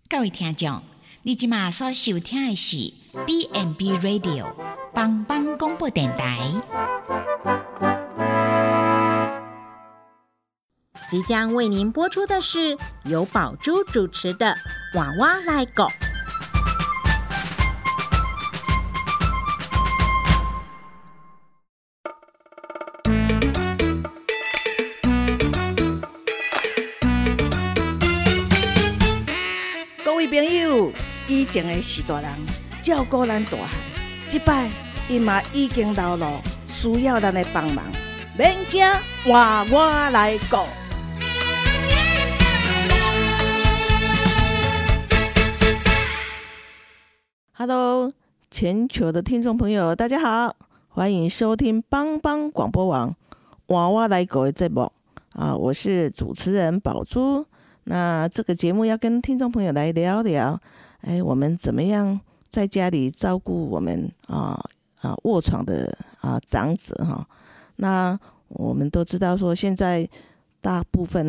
各位听众，你即马所收听的是 B&B Radio 帮帮广播电台。 即将为您播出的是由宝珠主持的《娃娃来狗》。 各位朋友，以前的是大人照顾咱大汉，这摆伊嘛已经老了，需要咱的帮忙。免惊，换我来顾。Hello， 全球的听众朋友，大家好，欢迎收听帮帮广播网换我来顾的节目啊，我是主持人宝珠。那这个节目要跟听众朋友来聊聊，我们怎么样在家里照顾我们卧床的长者哈。那我们都知道说，现在大部分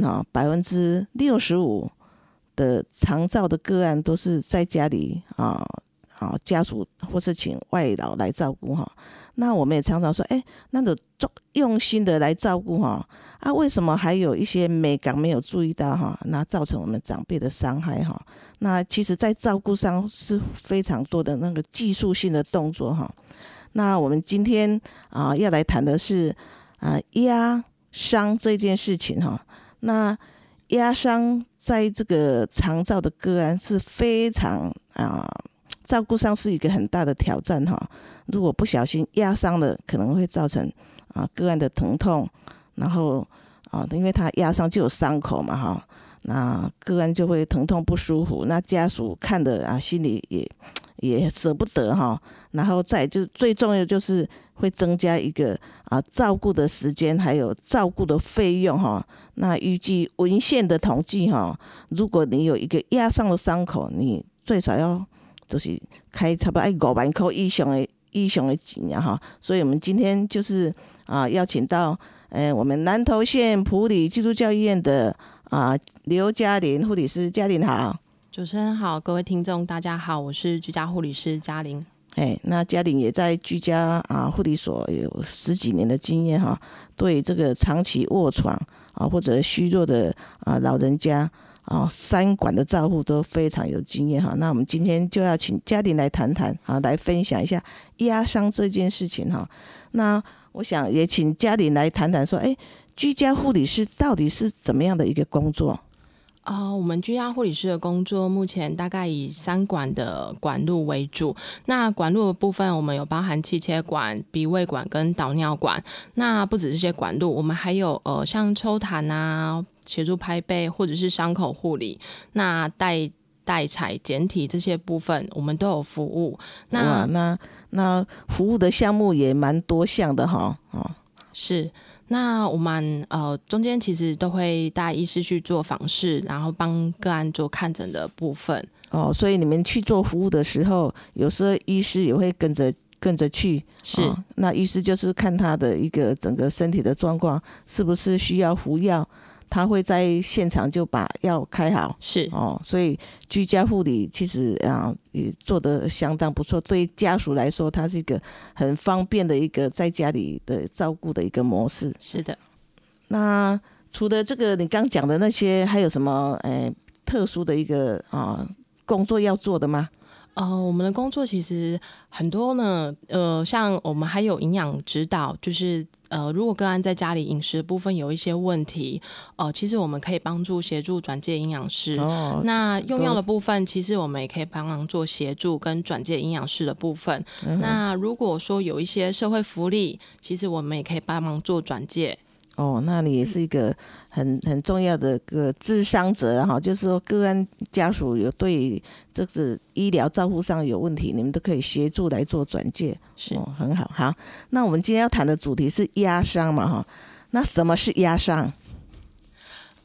65%的长照的个案都是在家里家属或是请外劳来照顾哈。那我们也常常说，那就用心的来照顾哈为什么还有一些美感没有注意到哈？那造成我们长辈的伤害哈。那其实在照顾上是非常多的那个技术性的动作哈。那我们今天要来谈的是压伤这件事情哈。那压伤在这个长照的个案是非常照顾上是一个很大的挑战哈。如果不小心压伤了，可能会造成个案的疼痛，然后因为他压伤就有伤口嘛哈，那个案就会疼痛不舒服，那家属看的心里也舍不得哈。然后再就最重要就是会增加一个照顾的时间，还有照顾的费用哈。那依据文献的统计哈，如果你有一个压伤的伤口，你最少要就是开差不多5万块以上的钱哈。所以我们今天就是邀请到我们南投县埔里基督教医院的刘嘉玲护理师。嘉玲好。 主持人好，各位听众大家好，我是居家护理师嘉玲。 那嘉玲也在居家护理所有10几年的经验哈，对这个长期卧床或者虚弱的老人家三管的照护都非常有经验哈。那我们今天就要请嘉玲来谈谈来分享一下压伤这件事情哈。那我想也请嘉玲来谈谈说，居家护理师到底是怎么样的一个工作？ 我们居家护理师的工作目前大概以3管的管路为主。那管路的部分，我们有包含气切管、鼻胃管跟导尿管。那不止这些管路，我们还有像抽痰协助拍背或者是伤口护理，那代采检体这些部分我们都有服务。 那服务的项目也蛮多项的哈。 是。那我们中间其实都会带医师去做访视，然后帮个案做看诊的部分。 所以你们去做服务的时候，有时候医师也会跟着去。 是。 那医师就是看他的一个整个身体的状况，是不是需要服药，他会在现场就把药开好。 是。 所以居家护理其实也做得相当不错，对家属来说，它是一个很方便的一个在家里的照顾的一个模式。 是的。 那除了这个你刚讲的那些，还有什么特殊的一个工作要做的吗？ 我们的工作其实很多呢，像我们还有营养指导，就是如果个案在家里饮食的部分有一些问题，其实我们可以帮助协助转介营养师。那用药的部分，其实我们也可以帮忙做协助跟转介营养师的部分。那如果说有一些社会福利，其实我们也可以帮忙做转介。 那你也是一个很重要的个咨商者哈，就是说个案家属有对这个医疗照护上有问题，你们都可以协助来做转介。 是。 很好。好，那我们今天要谈的主题是压伤嘛哈。那什么是压伤？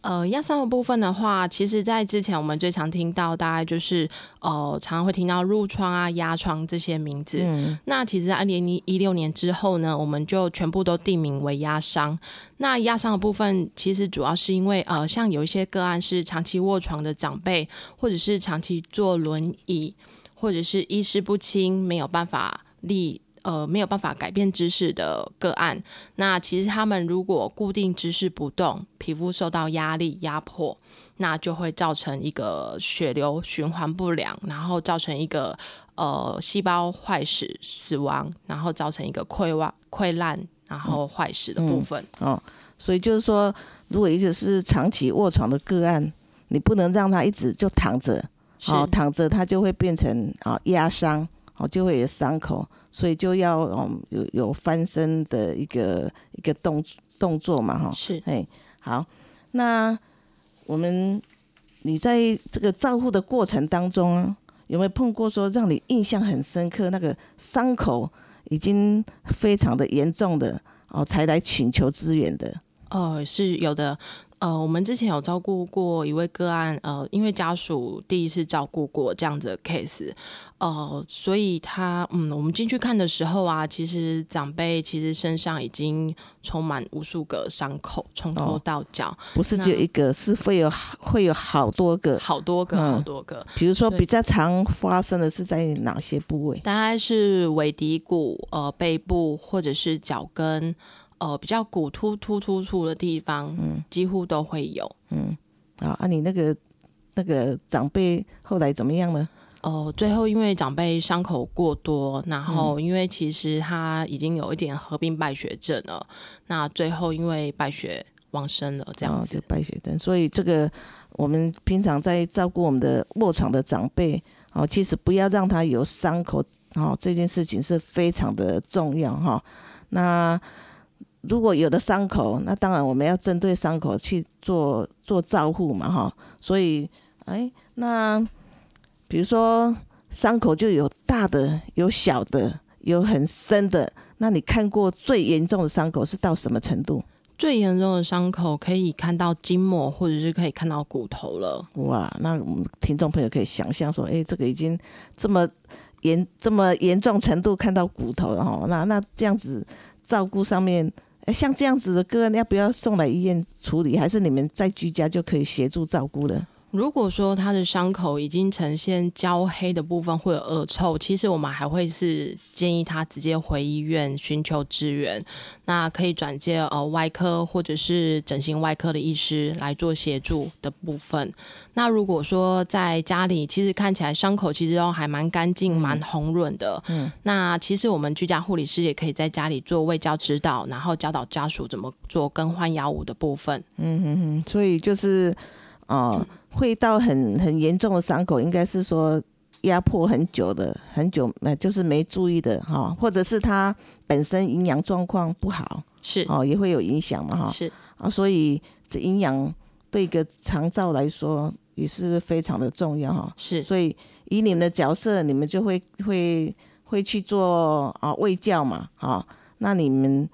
压伤的部分的话，其实在之前我们最常听到大概就是常常会听到褥疮啊、压疮这些名字。那其实在2016年之后呢，我们就全部都定名为压伤。那压伤的部分其实主要是因为像有一些个案是长期卧床的长辈，或者是长期坐轮椅，或者是意识不清没有办法没有办法改变姿势的个案，那其实他们如果固定姿势不动，皮肤受到压力压迫，那就会造成一个血流循环不良，然后造成一个细胞坏死亡，然后造成一个溃烂然后坏死的部分。 所以就是说，如果一个是长期卧床的个案，你不能让他一直就躺着，躺着他就会变成压伤，就会有伤口，所以就要有翻身的一个动作嘛， 是， 好，那你在这个照护的过程当中有没有碰过说让你印象很深刻，那个伤口已经非常的严重的才来请求支援的？ 是有的。我们之前有照顾过一位个案，因为家属第一次照顾过这样子的 case，所以我们进去看的时候啊，其实长辈其实身上已经充满无数个伤口，从头到脚， 不是只有一个，是会有好多个， 好多个。 比如说比较常发生的是在哪些部位？ 大概是尾骶骨、背部或者是脚跟。比较骨突出的地方，几乎都会有。 你那个长辈后来怎么样呢？ 最后因为长辈伤口过多，然后因为其实他已经有一点合并败血症了，那最后因为败血往生了，这样子。 败血症，所以这个我们平常在照顾我们的卧床的长辈，其实不要让他有伤口，这件事情是非常的重要那如果有的伤口，那当然我们要针对伤口去做照护嘛所以那比如说伤口就有大的有小的有很深的，那你看过最严重的伤口是到什么程度？ 最严重的伤口可以看到筋膜，或者是可以看到骨头了。 哇，那我们听众朋友可以想象说，这个已经这么严重程度看到骨头了那这样子照顾上面，像这样子的个案要不要送来医院处理，还是你们在居家就可以协助照顾的？ 如果说他的伤口已经呈现焦黑的部分或者恶臭，其实我们还会是建议他直接回医院寻求支援，那可以转介外科或者是整形外科的医师来做协助的部分。那如果说在家里，其实看起来伤口其实都还蛮干净蛮红润的，那其实我们居家护理师也可以在家里做卫教指导，然后教导家属怎么做更换药物的部分。 所以就是会到很严重的伤口，应该是说压迫很久，就是没注意的或者是他本身营养状况不好， 是也会有影响嘛是所以这营养对一个长照来说也是非常的重要是， 所以以你们的角色，你们就会去做卫教嘛那你们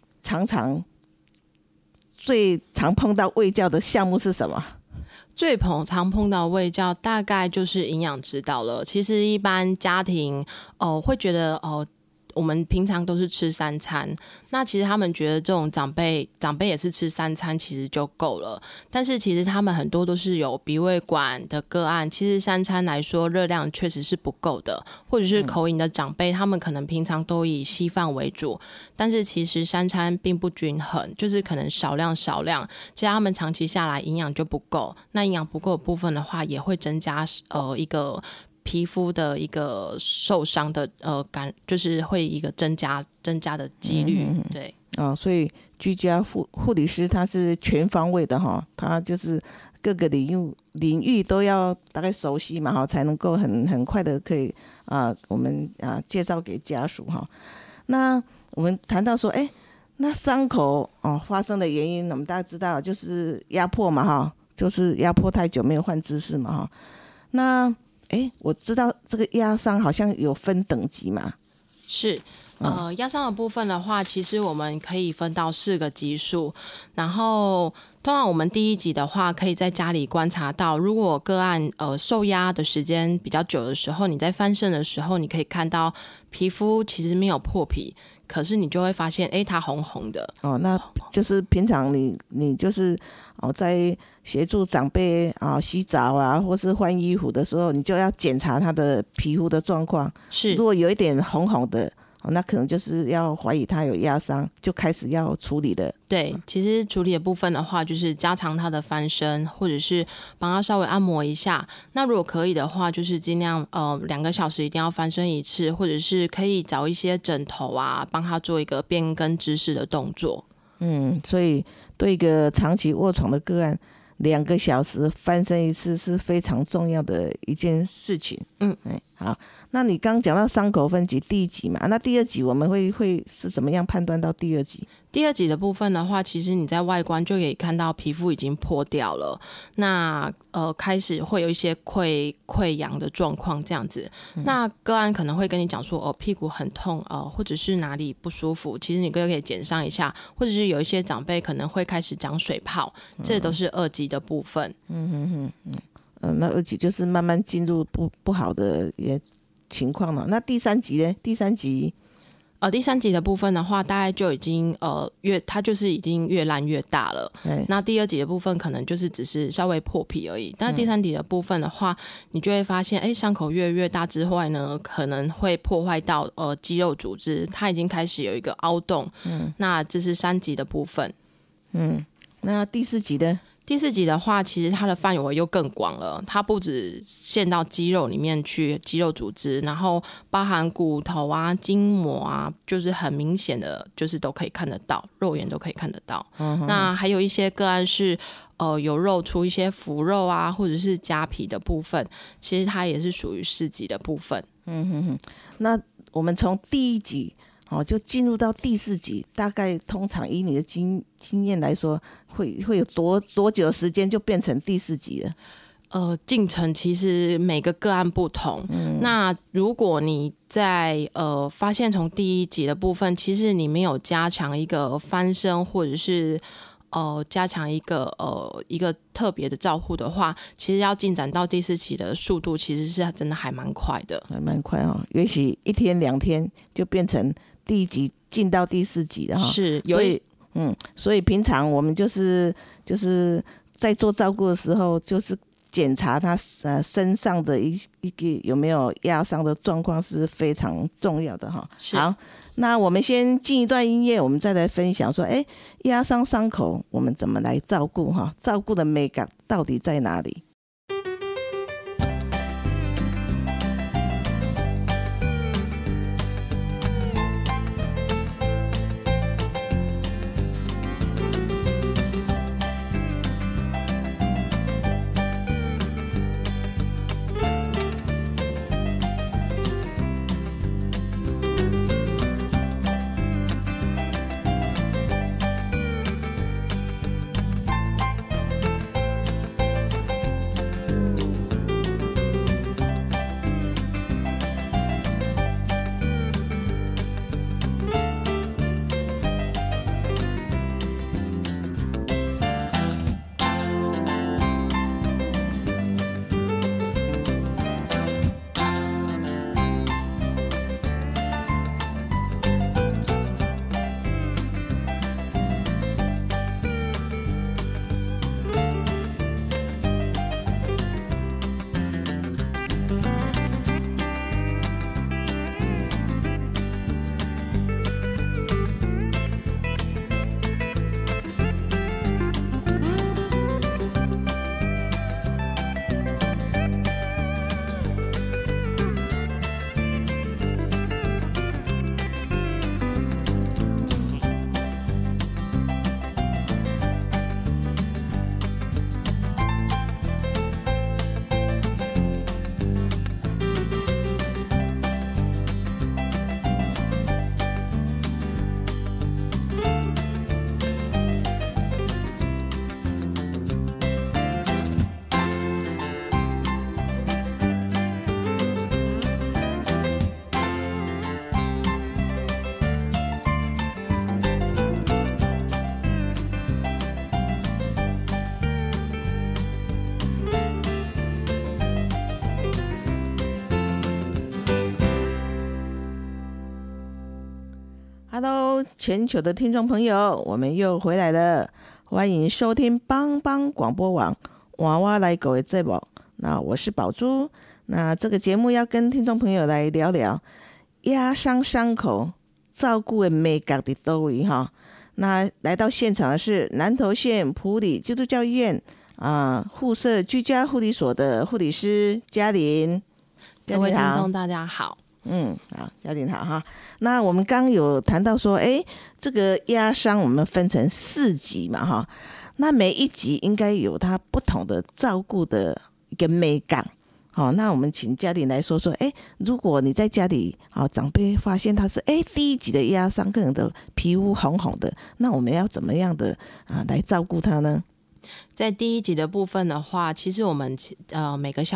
最常碰到卫教的项目是什么？ 最常碰到卫教大概就是营养指导了。其实一般家庭会觉得我们平常都是吃3餐，那其实他们觉得这种长辈也是吃3餐其实就够了，但是其实他们很多都是有鼻胃管的个案，其实3餐来说热量确实是不够的，或者是口饮的长辈，他们可能平常都以稀饭为主，但是其实3餐并不均衡，就是可能少量，其实他们长期下来营养就不够，那营养不够的部分的话，也会增加一个皮肤的一个受伤的就是会一个增加的几率。对所以居家护理师他是全方位的他就是各个领域都要大概熟悉嘛才能够很快的可以我们介绍给家属那我们谈到说那伤口发生的原因，我们大家知道就是压迫嘛就是压迫太久没有换姿势嘛那我知道这个压伤好像有分等级嘛。 是压伤的部分的话，其实我们可以分到4个级数，然后通常我们第一集的话，可以在家里观察到，如果个案受压的时间比较久的时候，你在翻身的时候，你可以看到皮肤其实没有破皮，可是你就会发现，它红红的。 那就是平常你就是在协助长辈洗澡啊，或是换衣服的时候，你就要检查他的皮肤的状况。 是， 如果有一点红红的，那可能就是要怀疑他有压伤，就开始要处理的。 对，其实处理的部分的话，就是加强他的翻身，或者是帮他稍微按摩一下。那如果可以的话，就是尽量2个小时一定要翻身一次，或者是可以找一些枕头啊，帮他做一个变更姿势的动作。 所以对一个长期卧床的个案，2个小时翻身一次是非常重要的一件事情。好，那你刚讲到伤口分级第1集嘛，那第2集我们会是怎么样判断到第2集？ 第2集的部分的话，其实你在外观就可以看到皮肤已经破掉了，那开始会有一些溃疡的状况这样子。那个案可能会跟你讲说，屁股很痛，或者是哪里不舒服，其实你可以检伤一下，或者是有一些长辈可能会开始长水泡，这都是2级的部分。 那2集就是慢慢进入不好的情况了。那第3集呢？第3集的部分的话，大概就已经它就是已经越烂越大了。那第2集的部分可能就是只是稍微破皮而已。但第3集的部分的话，你就会发现，伤口越大之外呢，可能会破坏到肌肉组织，它已经开始有一个凹洞。那这是3集的部分。 那第4集呢？ 第4集的话，其实它的范围又更广了，它不只陷到肌肉里面去，肌肉组织，然后包含骨头啊、筋膜啊，就是很明显的，就是都可以看得到，肉眼都可以看得到。那还有一些个案是有露出一些腐肉啊，或者是痂皮的部分，其实它也是属于4级的部分。 那我们从第1集就进入到第4集，大概通常以你的经验来说，会有多久时间就变成第4集了？ 进程其实每个个案不同。那如果你在发现从第1集的部分，其实你没有加强一个翻身，或者是加强一个特别的照护的话，其实要进展到第4期的速度，其实是真的还蛮快的， 还蛮快也许1天2天就变成第1集进到第4集了是， 所以平常我们就是在做照顾的时候，就是检查他身上的一个有没有压伤的状况是非常重要的好，那我们先进一段音乐，我们再来分享说，压伤伤口我们怎么来照顾照顾的美感到底在哪里？ Hello， 全球的听众朋友，我们又回来了，欢迎收听帮帮广播网娃娃来狗的节目。那我是宝珠，那这个节目要跟听众朋友来聊聊压伤伤口照顾的美感的到位哈。那来到现场的是南投县埔里基督教医院护舍居家护理所的护理师嘉玲。 各位听众大家好。 好，嘉玲好哈。那我们刚有谈到说，这个压伤我们分成4级嘛哈。那每一级应该有它不同的照顾的一个美感。好，那我们请嘉玲来说说，如果你在家里长辈发现他是第1级的压伤，个人的皮肤红红的，那我们要怎么样的来照顾他呢？ 在第1级的部分的话，其实我们每个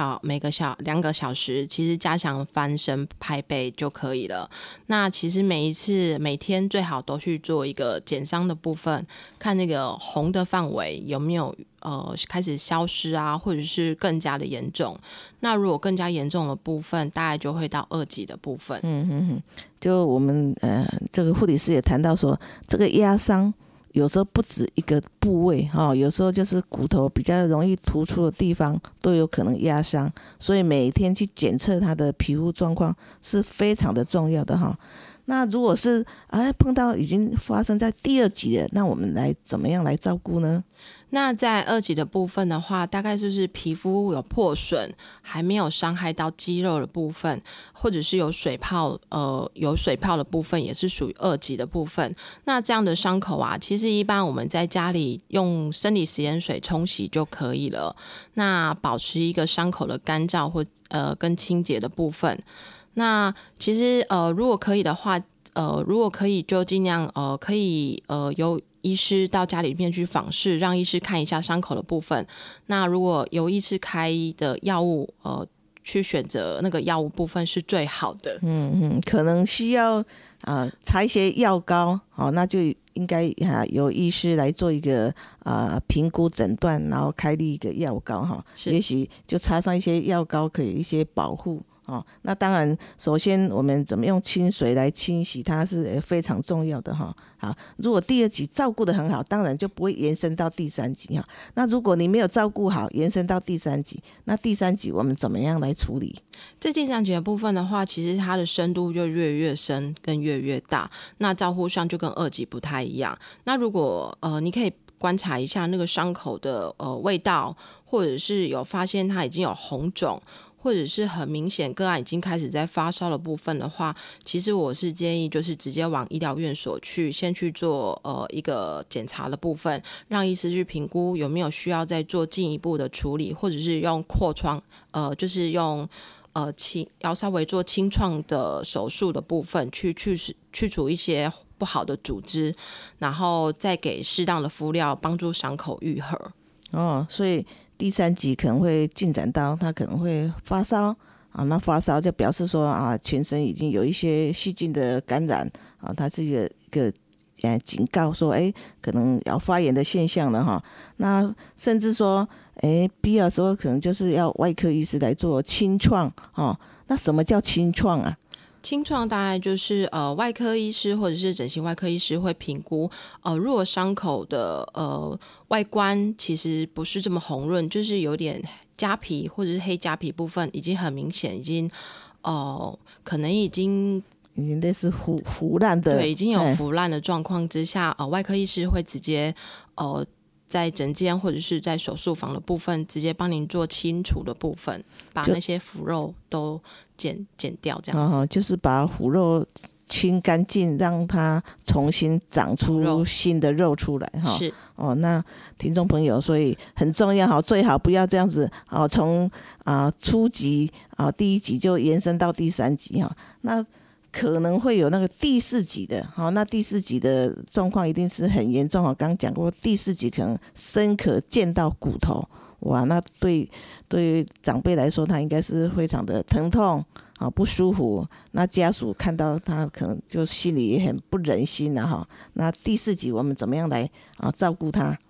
2个小时，其实加强翻身拍背就可以了。那其实每天最好都去做一个减伤的部分，看那个红的范围有没有开始消失啊，或者是更加的严重。那如果更加严重的部分，大概就会到2级的部分。 就我们这个护理师也谈到说，这个压伤有时候不止一个部位有时候就是骨头比较容易突出的地方都有可能压伤，所以每天去检测他的皮肤状况是非常的重要的哈。那如果是碰到已经发生在第2级了，那我们来怎么样来照顾呢？ 那在2级的部分的话，大概就是皮肤有破损，还没有伤害到肌肉的部分，或者是有水泡的部分，也是属于2级的部分。那这样的伤口其实一般我们在家里用生理食盐水冲洗就可以了。那保持一个伤口的干燥或跟清洁的部分。那其实如果可以的话，如果可以就尽量可以由医师到家里面去访视，让医师看一下伤口的部分。那如果由医师开的药物去选择那个药物部分是最好的。 可能需要擦一些药膏，那就应该由医师来做一个评估诊断，然后开立一个药膏也许就擦上一些药膏可以一些保护。那当然首先我们怎么用清水来清洗它是非常重要的好，如果第2级照顾得很好，当然就不会延伸到第3级那如果你没有照顾好，延伸到第3级，那第3级我们怎么样来处理？ 在第3级的部分的话，其实它的深度就越深跟越大，那照护上就跟2级不太一样。那如果你可以观察一下那个伤口的味道，或者是有发现它已经有红肿，或者是很明显个案已经开始在发烧的部分的话，其实我是建议就是直接往医疗院所先去做一个检查的部分，让医师去评估有没有需要再做进一步的处理，或者是用扩创就是用要稍微做清创的手术的部分去除一些不好的组织，然后再给适当的敷料帮助伤口愈合。 所以第3级可能会进展到他可能会发烧那发烧就表示说全身已经有一些细菌的感染它是一个警告说可能要发炎的现象了那甚至说必要的时候可能就是要外科医师来做清创那什么叫清创啊？ 清创大概就是外科医师或者是整形外科医师会评估如果伤口的外观其实不是这么红润，就是有点痂皮或者是黑痂皮部分已经很明显，已经可能已经类似腐烂的， 对，已经有腐烂的状况之下外科医师会直接在诊间或者是在手术房的部分直接帮您做清除的部分，把那些腐肉都剪掉这样子就是把腐肉清干净，让它重新长出新的肉出来是那听众朋友，所以很重要最好不要这样子从初级第1级就延伸到第3级那可能会有那个第4级的那第4级的状况一定是很严重刚讲过第4级可能深可见到骨头哇，那对于长辈来说他应该是非常的疼痛不舒服，那家属看到他可能就心里也很不忍心那第4级我们怎么样来照顾他？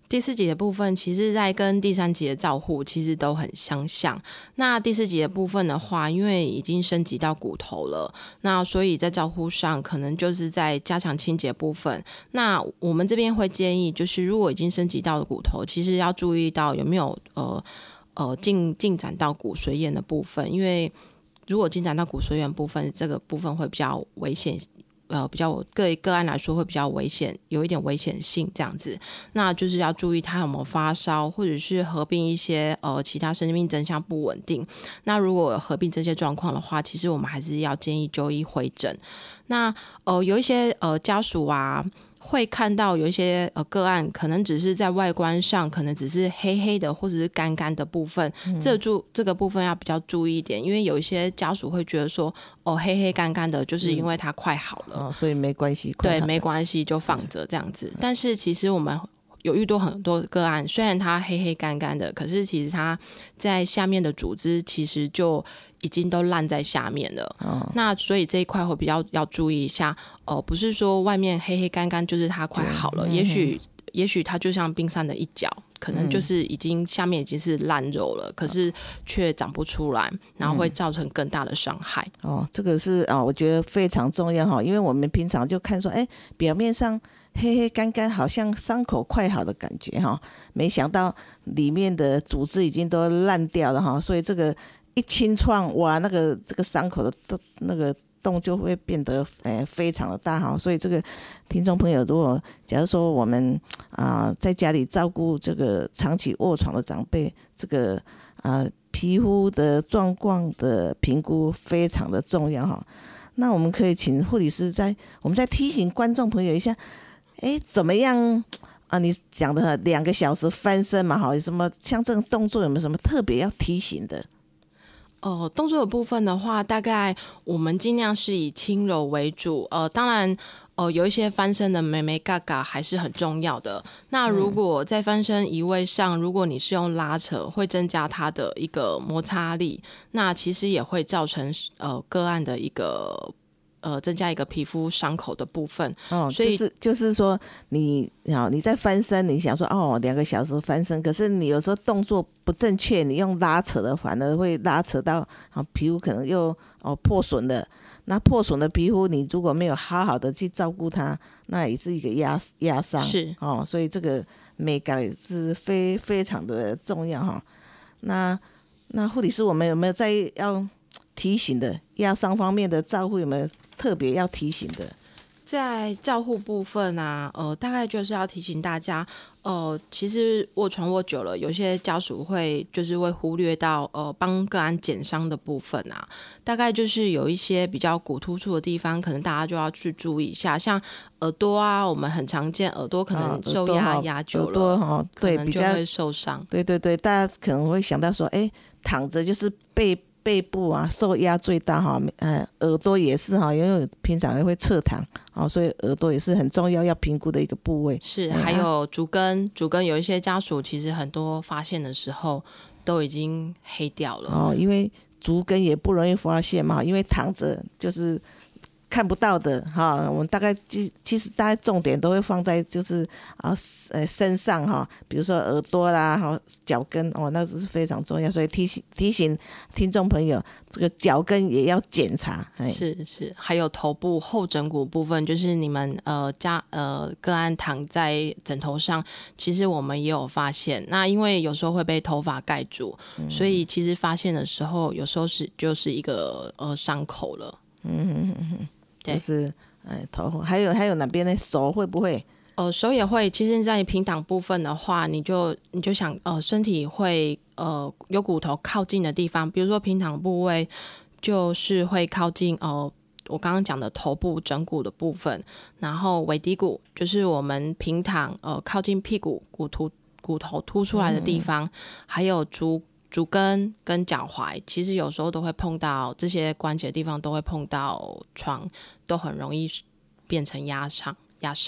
第4集的部分，其实在跟第3集的照护其实都很相像。那第4集的部分的话，因为已经升级到骨头了，那所以在照护上可能就是在加强清洁部分。那我们这边会建议，就是如果已经升级到骨头，其实要注意到有没有进展到骨髓炎的部分，因为如果进展到骨髓炎部分，这个部分会比较危险。比较个案来说会比较危险，有一点危险性这样子，那就是要注意他有没有发烧，或者是合并一些其他生命征象不稳定。那如果有合并这些状况的话，其实我们还是要建议就医回诊。那有一些家属啊，会看到有一些个案可能只是在外观上可能只是黑黑的或者是干干的部分，这个部分要比较注意一点，因为有一些家属会觉得说黑黑干干的就是因为它快好了， 所以没关系， 对，没关系就放着这样子。但是其实我们有遇到很多个案，虽然它黑黑干干的，可是其实它在下面的组织其实就已经都烂在下面了。那所以这一块会比较要注意一下，不是说外面黑黑干干就是它快好了，也许它就像冰山的一角，可能就是下面已经是烂肉了，可是却长不出来，然后会造成更大的伤害。 这个是我觉得非常重要哈，因为我们平常就看说，表面上黑黑干干，好像伤口快好的感觉哈，没想到里面的组织已经都烂掉了哈，所以这个一清创，哇，这个伤口的那个洞就会变得非常的大哈，所以这个听众朋友，如果假如说我们在家里照顾这个长期卧床的长辈，这个皮肤的状况的评估非常的重要哈。那我们可以请护理师我们再提醒观众朋友一下，怎么样你讲的2个小时翻身嘛，有什么像这种动作有没有什么特别要提醒的？ 动作的部分的话，大概我们尽量是以轻柔为主。当然，有一些翻身的眉眉角角还是很重要的。那如果在翻身移位上，如果你是用拉扯，会增加它的一个摩擦力，那其实也会造成个案的一个增加一个皮肤伤口的部分。所以就是说你在翻身，你想说2个小时翻身，可是你有时候动作不正确，你用拉扯的反而会拉扯到皮肤可能又破损了。那破损的皮肤，你如果没有好好的去照顾它，那也是一个压伤。 是所以这个美感也是非常的重要哈。那护理师，我们有没有再要提醒的压伤方面的照护，有没有特别要提醒的？ 在照护部分啊，大概就是要提醒大家，其实卧床卧久了，有些家属会忽略到帮个案减伤的部分啊，大概就是有一些比较骨突出的地方，可能大家就要去注意一下，像耳朵啊，我们很常见耳朵可能受压久了， 对， 可能就会受伤。 对，大家可能会想到说，躺着就是背部受压最大哈，耳朵也是哈，因为平常也会侧躺，所以耳朵也是很重要要评估的一个部位。 是，还有足跟有一些家属其实很多发现的时候都已经黑掉了因为足跟也不容易发现嘛，因为躺着就是看不到的哈，我们大概其实大概重点都会放在就是身上哈，比如说耳朵啦、脚跟那是非常重要，所以提醒听众朋友，这个脚跟也要检查。 是，还有头部后枕骨部分，就是你们个案躺在枕头上，其实我们也有发现，那因为有时候会被头发盖住，所以其实发现的时候，有时候就是一个伤口了。 就是头还有哪边呢？手会不会？ 手也会。其实，在平躺部分的话，你就想身体会有骨头靠近的地方，比如说平躺部位就是会靠近我刚刚讲的头部枕骨的部分，然后尾骶骨就是我们平躺靠近屁股骨头凸出来的地方，还有足跟脚踝，其实有时候都会碰到这些关节的地方，都会碰到床，都很容易变成压伤。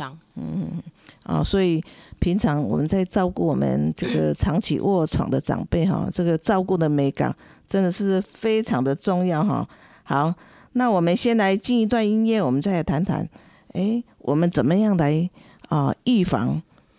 所以平常我们在照顾我们这个长期卧床的长辈这个照顾的美感真的是非常的重要好，那我们先来进一段音乐，我们再来谈谈，我们怎么样来预防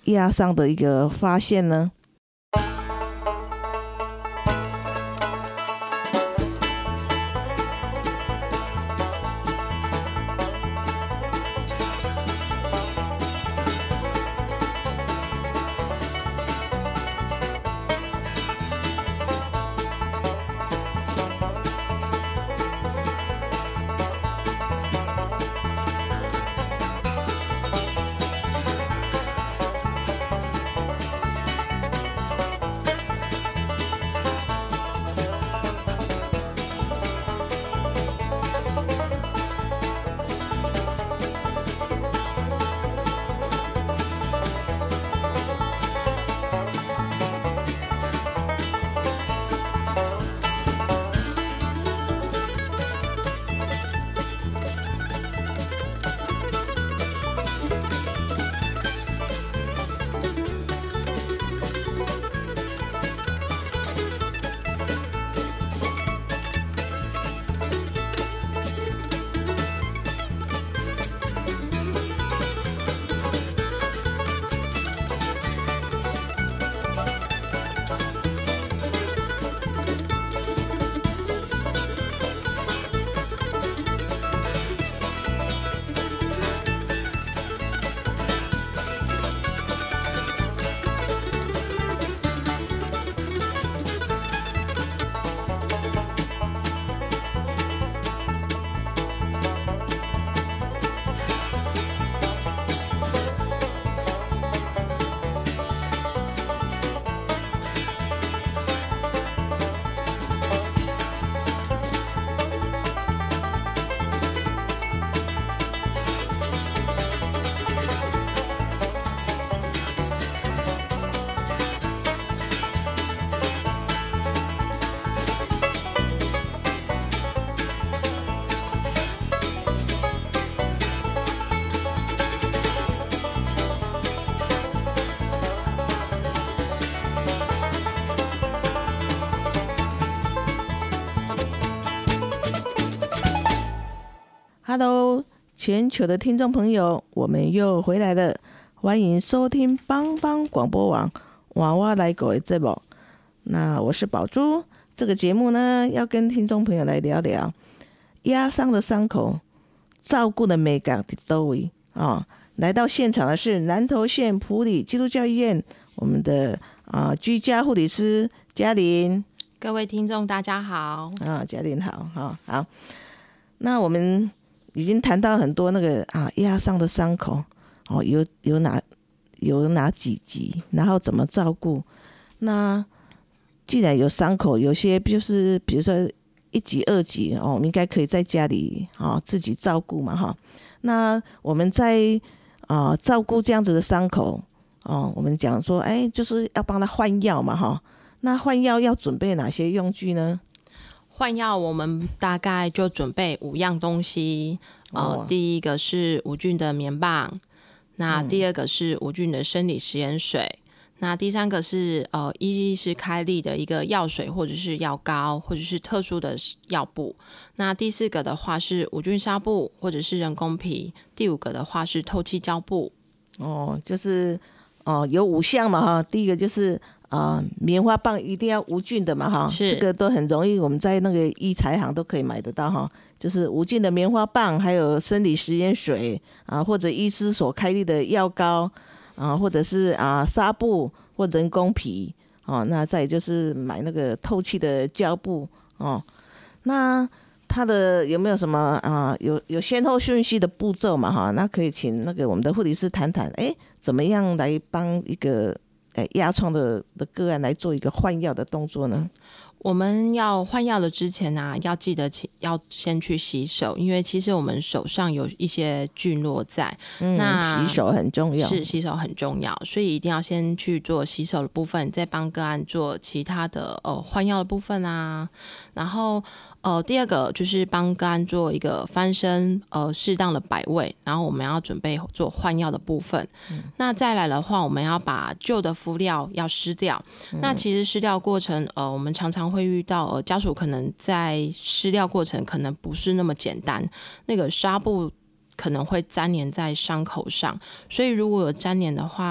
压伤的一个发现呢？Hello， 全球的听众朋友，我们又回来了，欢迎收听帮帮广播网娃娃来狗的节目。那我是宝珠，这个节目呢，要跟听众朋友来聊聊压伤的伤口照顾的美感在哪里啊？来到现场的是南投县埔里基督教医院我们的居家护理师嘉玲。 各位听众大家好嘉玲好好。那我们已经谈到很多那个压伤的伤口有哪几级，然后怎么照顾。那既然有伤口，有些就是比如说1级2级我们应该可以在家里自己照顾嘛那我们在照顾这样子的伤口我们讲说就是要帮他换药嘛那换药要准备哪些用具呢？ 换药我们大概就准备5样东西第一个是无菌的棉棒，那第二个是无菌的生理食盐水，那第三个是医师开立的一个药水或者是药膏或者是特殊的药布，那第四个的话是无菌纱布或者是人工皮，第5个的话是透气胶布。 就是有5项嘛第一个就是棉花棒一定要无菌的嘛这个都很容易，我们在那个医材行都可以买得到就是无菌的棉花棒，还有生理食盐水或者医师所开立的药膏或者是纱布或人工皮那再就是买那个透气的胶布那它的有没有什么有先后顺序的步骤嘛那可以请那个我们的护理师谈谈怎么样来帮一个压疮的个案来做一个换药的动作呢？ 我们要换药的之前要记得要先去洗手，因为其实我们手上有一些菌落在那洗手很重要， 是洗手很重要，所以一定要先去做洗手的部分，再帮个案做其他的换药的部分然后第二个就是帮个案做一个翻身适当的摆位，然后我们要准备做换药的部分那再来的话，我们要把旧的敷料要湿掉那其实湿掉过程我们常常会遇到家属可能在湿掉过程可能不是那么简单，那个纱布可能会粘连在伤口上，所以如果有粘连的话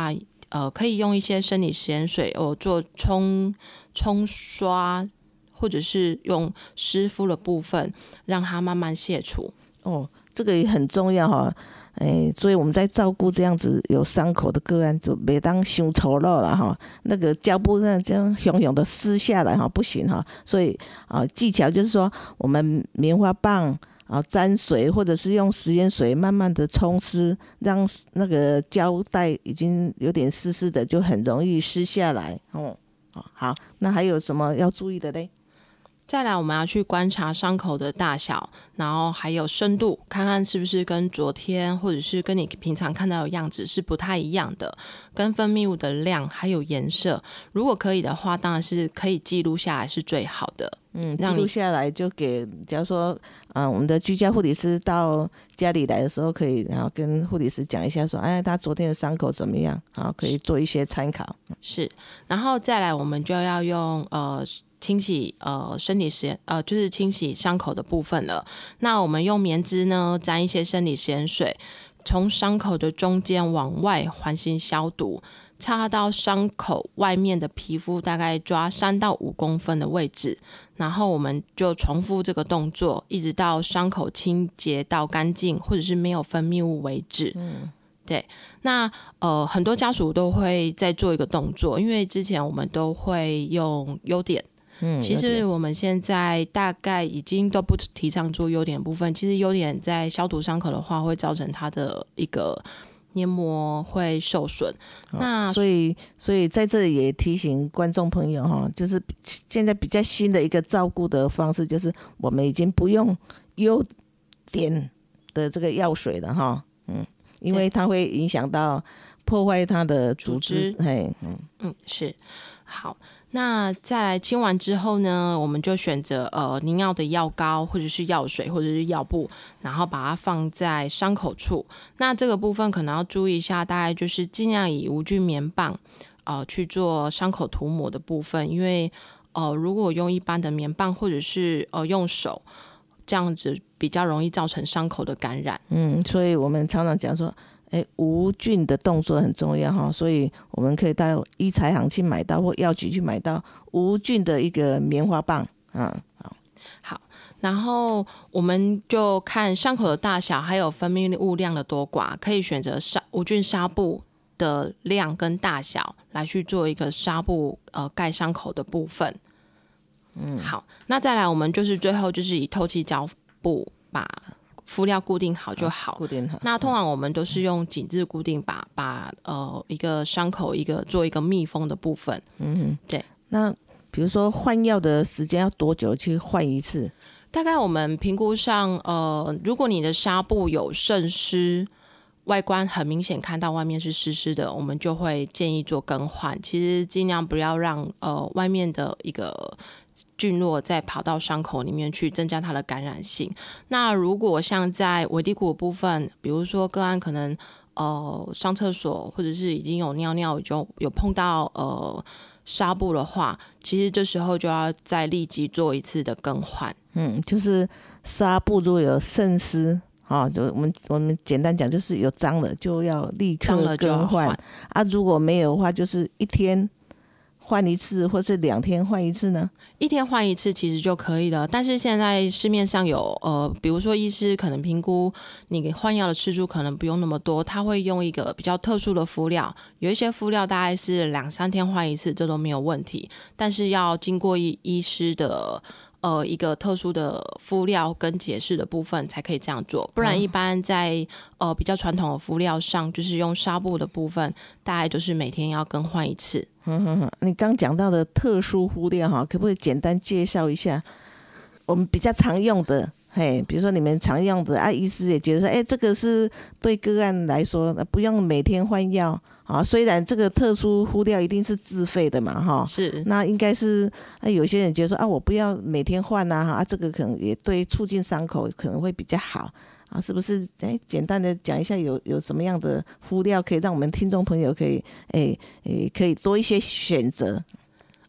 可以用一些生理食盐水做冲刷，或者是用湿敷的部分，让它慢慢卸除。 这个也很重要哈。所以我们在照顾这样子有伤口的个案，就别当伤丑陋了哈。那个胶布这样汹涌的撕下来哈，不行哈。所以技巧就是说，我们棉花棒沾水，或者是用食盐水慢慢的冲湿，让那个胶带已经有点湿湿的，就很容易撕下来。好，那还有什么要注意的嘞？ 再来，我们要去观察伤口的大小，然后还有深度，看看是不是跟昨天或者是跟你平常看到的样子是不太一样的，跟分泌物的量还有颜色，如果可以的话，当然是可以记录下来是最好的。 记录下来就给，假如说，我们的居家护理师到家里来的时候，可以然后跟护理师讲一下说，他昨天的伤口怎么样，可以做一些参考。 是，然后再来我们就要用清洗生理食盐就是清洗伤口的部分了。那我们用棉织呢沾一些生理食盐水，从伤口的中间往外环形消毒，擦到伤口外面的皮肤，大概抓3到5公分的位置，然后我们就重复这个动作，一直到伤口清洁到干净或者是没有分泌物为止。对，那很多家属都会再做一个动作，因为之前我们都会用优碘。其实我们现在大概已经都不提倡做优碘部分。其实优碘在消毒伤口的话，会造成它的一个黏膜会受损。那所以在这里也提醒观众朋友哈，就是现在比较新的一个照顾的方式，就是我们已经不用优碘的这个药水了哈。因为它会影响到破坏它的组织。 是。好，那再来清完之后呢，我们就选择凝药的药膏或者是药水或者是药布，然后把它放在伤口处。那这个部分可能要注意一下，大概就是尽量以无菌棉棒去做伤口涂抹的部分，因为如果用一般的棉棒或者是用手，这样子比较容易造成伤口的感染。 所以我们常常讲说，无菌的动作很重要哈，所以我们可以到医材行去买到或药局去买到无菌的一个棉花棒。 好，然后我们就看伤口的大小还有分泌物量的多寡，可以选择无菌纱布的量跟大小来去做一个纱布盖伤口的部分。好，那再来我们就是最后就是以透气胶布把敷料固定好就好。 固定好。 那通常我们都是用紧致固定把一个伤口做一个密封的部分。对。 那比如说换药的时间要多久去换一次？ 大概我们评估上，如果你的纱布有渗湿，外观很明显看到外面是湿湿的，我们就会建议做更换。其实尽量不要让外面的一个菌落再跑到伤口里面去，增加它的感染性。那如果像在尾骶骨的部分，比如说个案可能上厕所或者是已经有尿尿就有碰到纱布的话，其实这时候就要再立即做一次的更换。 就是纱布如果有渗湿，就我们简单讲就是有脏了就要立刻更换如果没有的话，就是1天换一次，或是2天换一次呢？1 天换一次其实就可以了。但是现在市面上有比如说医师可能评估你换药的次数可能不用那么多，他会用一个比较特殊的敷料，有一些敷料大概是2-3天换一次，这都没有问题。但是要经过医师的一个特殊的敷料跟解释的部分才可以这样做，不然一般在比较传统的敷料上，就是用纱布的部分，大概就是每天要更换一次。 你刚讲到的特殊敷料可不可以简单介绍一下我们比较常用的？比如说你们常用的医师也觉得说，这个是对个案来说不用每天换药虽然这个特殊敷料一定是自费的嘛是， 那应该是有些人觉得说我不要每天换这个可能也对促进伤口可能会比较好是不是？简单的讲一下有什么样的敷料可以让我们听众朋友可以可以多一些选择。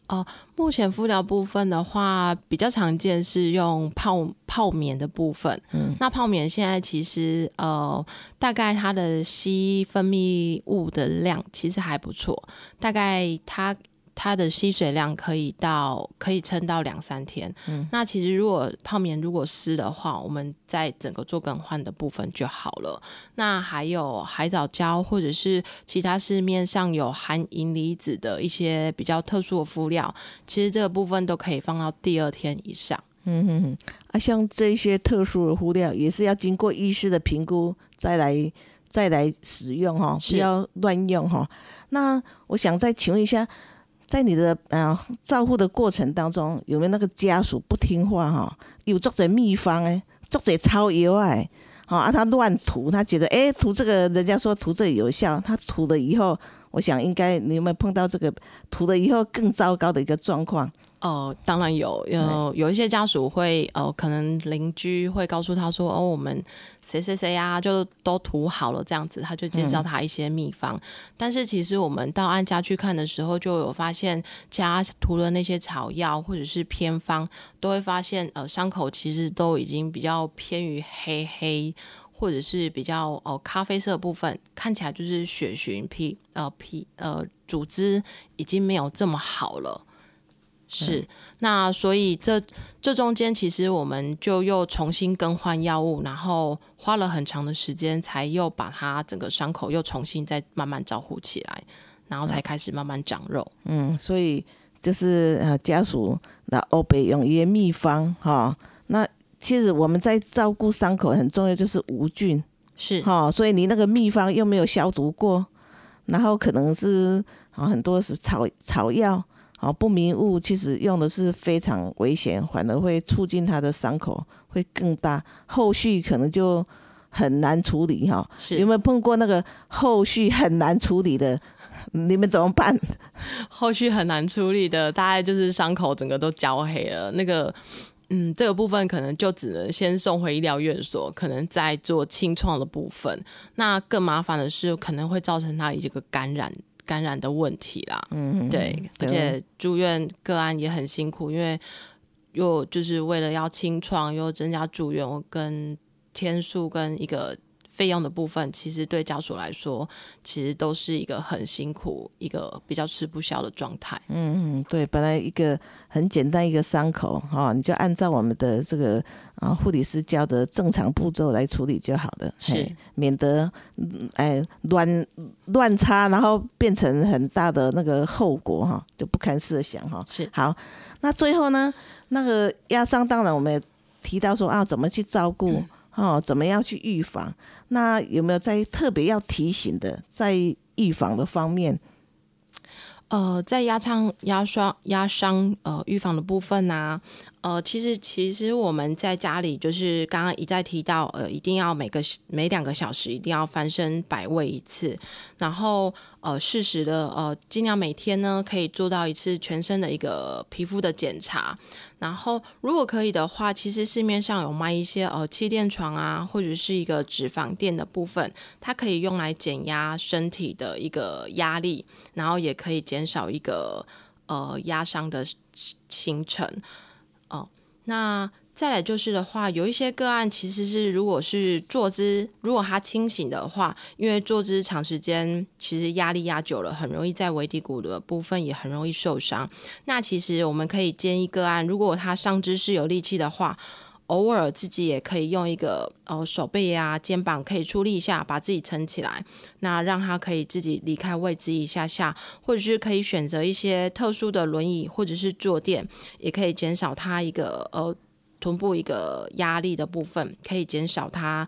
目前敷疗部分的话，比较常见是用泡棉的部分。那泡棉现在其实大概它的吸分泌物的量其实还不错，大概它的吸水量可以撑到2-3天。那其实如果泡棉如果湿的话，我们在整个做更换的部分就好了。那还有海藻胶或者是其他市面上有含银离子的一些比较特殊的敷料，其实这个部分都可以放到第2天以上。 像这些特殊的敷料也是要经过医师的评估再来使用不要乱用那我想再请问一下，在你的照护的过程当中，有没有那个家属不听话有做者秘方做者超油他乱涂，他觉得涂这个人家说涂这个有效，他涂了以后，我想应该你有没有碰到这个涂了以后更糟糕的一个状况？ 当然有一些家属会可能邻居会告诉他说我们谁谁谁啊就都涂好了这样子，他就介绍他一些秘方。但是其实我们到案家去看的时候，就有发现家涂了那些草药或者是偏方，都会发现伤口其实都已经比较偏于黑或者是比较咖啡色的部分，看起来就是血循组织已经没有这么好了。是，那所以这中间其实我们就又重新更换药物，然后花了很长的时间，才又把它整个伤口又重新再慢慢照顾起来，然后才开始慢慢长肉。 所以就是家属那欧北用一些秘方那其实我们在照顾伤口很重要就是无菌， 是所以你那个秘方又没有消毒过，然后可能是很多是草药不明物，其实用的是非常危险，反而会促进他的伤口会更大，后续可能就很难处理有没有碰过那个后续很难处理的？你们怎么办？ 后续很难处理的，大概就是伤口整个都焦黑了，那个这个部分可能就只能先送回医疗院所，可能再做清创的部分。那更麻烦的是，可能会造成他一个感染的问题啦。对，而且住院个案也很辛苦，因为又就是为了要清创，又增加住院跟天数跟一个费用的部分，其实对家属来说，其实都是一个很辛苦、一个比较吃不消的状态。 对，本来一个很简单一个伤口你就按照我们的这个护理师教的正常步骤来处理就好了， 是免得乱插，然后变成很大的那个后果就不堪设想是好，那最后呢，那个压伤当然我们也提到说怎么去照顾。怎么样去预防？那有没有在特别要提醒的，在预防的方面？ 在压伤预防的部分其实我们在家里就是刚刚一再提到一定要每2个小时一定要翻身百位一次，然后适时的尽量每天呢可以做到一次全身的一个皮肤的检查，然后如果可以的话，其实市面上有卖一些气垫床或者是一个脂肪垫的部分，它可以用来减压身体的一个压力，然后也可以减少一个压伤的形成。那再来就是的话，有一些个案其实是如果是坐姿，如果他清醒的话，因为坐姿长时间其实压力压久了，很容易在尾骶骨的部分也很容易受伤。那其实我们可以建议个案，如果他上肢是有力气的话，偶尔自己也可以用一个手背肩膀可以出力一下，把自己撑起来，那让他可以自己离开位置一下下，或者是可以选择一些特殊的轮椅或者是坐垫，也可以减少他一个臀部一个压力的部分，可以减少他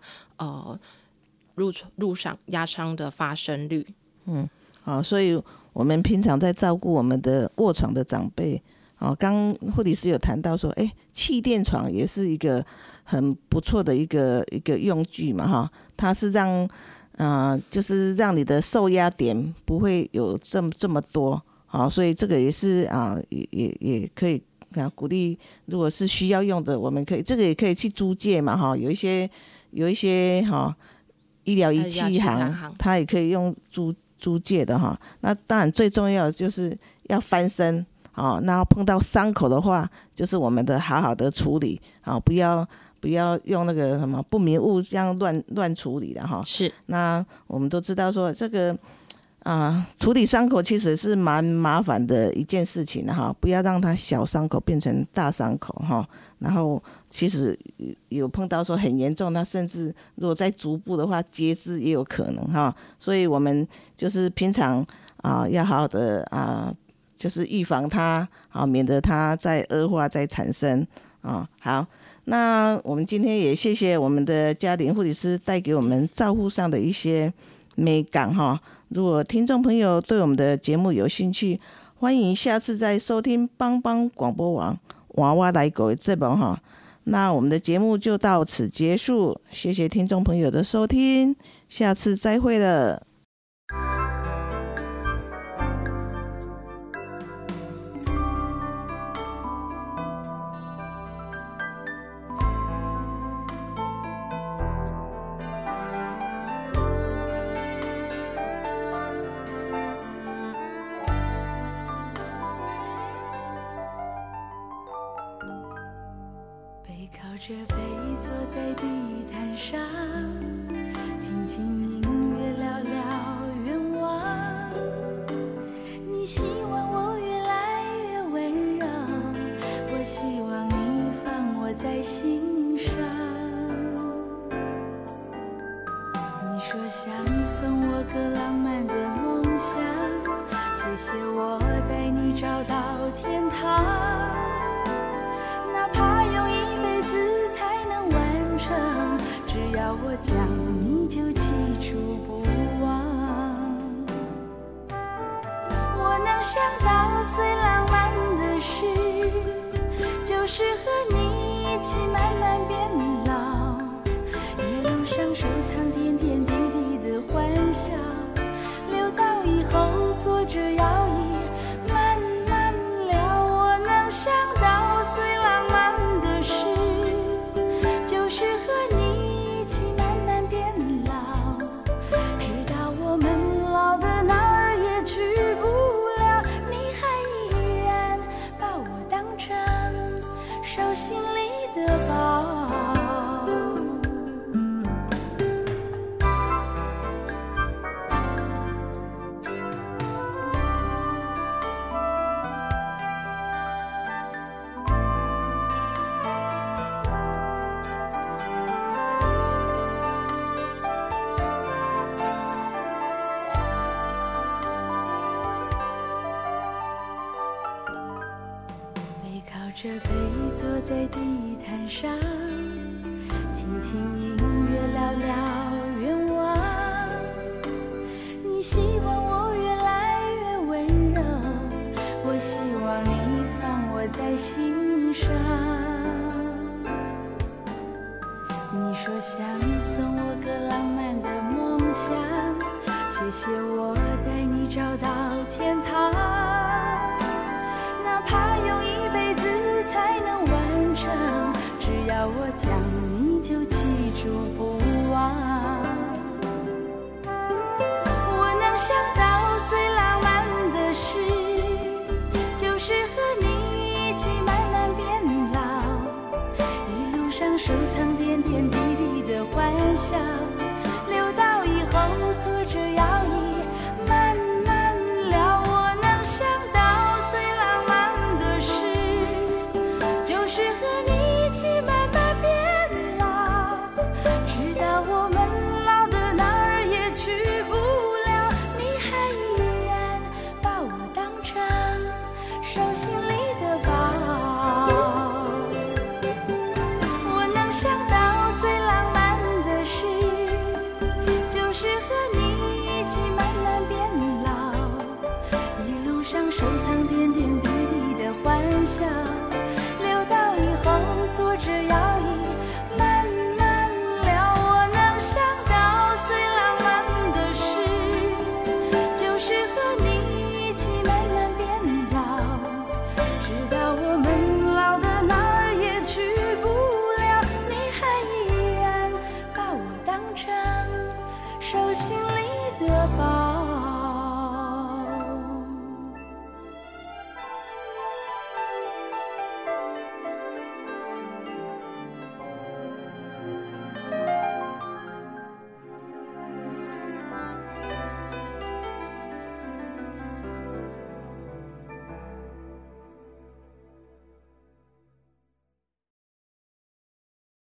路上压伤的发生率。 所以我们平常在照顾我们的卧床的长辈刚护理师有谈到说气垫床也是一个很不错的一个用具嘛它是让就是让你的受压点不会有这么多所以这个也是也可以鼓励，如果是需要用的，我们可以这个也可以去租借嘛有一些医疗仪器行它也可以用租借的那当然最重要的就是要翻身然后碰到伤口的话，就是我们的好好的处理不要用那个什么不明物这样乱处理的是。 那我们都知道说这个处理伤口其实是蛮麻烦的一件事情不要让它小伤口变成大伤口然后其实有碰到说很严重，那甚至如果在足部的话截肢也有可能所以我们就是平常要好好的就是预防它免得它再恶化再产生好，那我们今天也谢谢我们的家庭护理师带给我们照护上的一些美感如果听众朋友对我们的节目有兴趣，欢迎下次再收听帮帮广播网娃娃来狗这本那我们的节目就到此结束，谢谢听众朋友的收听，下次再会了。 靠着背坐在地毯上，听听音乐，聊聊愿望。你希望我越来越温柔，我希望你放我在心上。你说想送我个浪漫的梦想，谢谢我带你找到天堂。哪怕用一辈子才能完成，只要我讲你就记住不忘。我能想到最浪漫的事，就是和你一起慢慢变老，一路上收藏点点滴滴的欢笑，留到以后坐着摇椅慢慢聊。我能想到最浪漫的事，就是和你一起慢慢变老，直到我们老的哪儿也去不了，你还依然把我当成手心里的宝。着背坐在地毯上，听听音乐，聊聊愿望。你希望我越来越温柔，我希望你放我在心上。你说想送我个浪漫的梦想，谢谢我带你找到天堂。哪怕用一辈子才能完成，只要我讲你就记住不忘。我能想到最浪漫的事，就是和你一起慢慢变老，一路上收藏点点滴滴的欢笑，留到以后坐着摇椅慢慢聊。我能想到慢慢变老，直到我们老的哪儿也去不了，你还依然把我当成手心里的宝。我能想到最浪漫的事，就是和你一起慢慢变老，一路上收藏点点滴滴的欢笑，留到以后坐着摇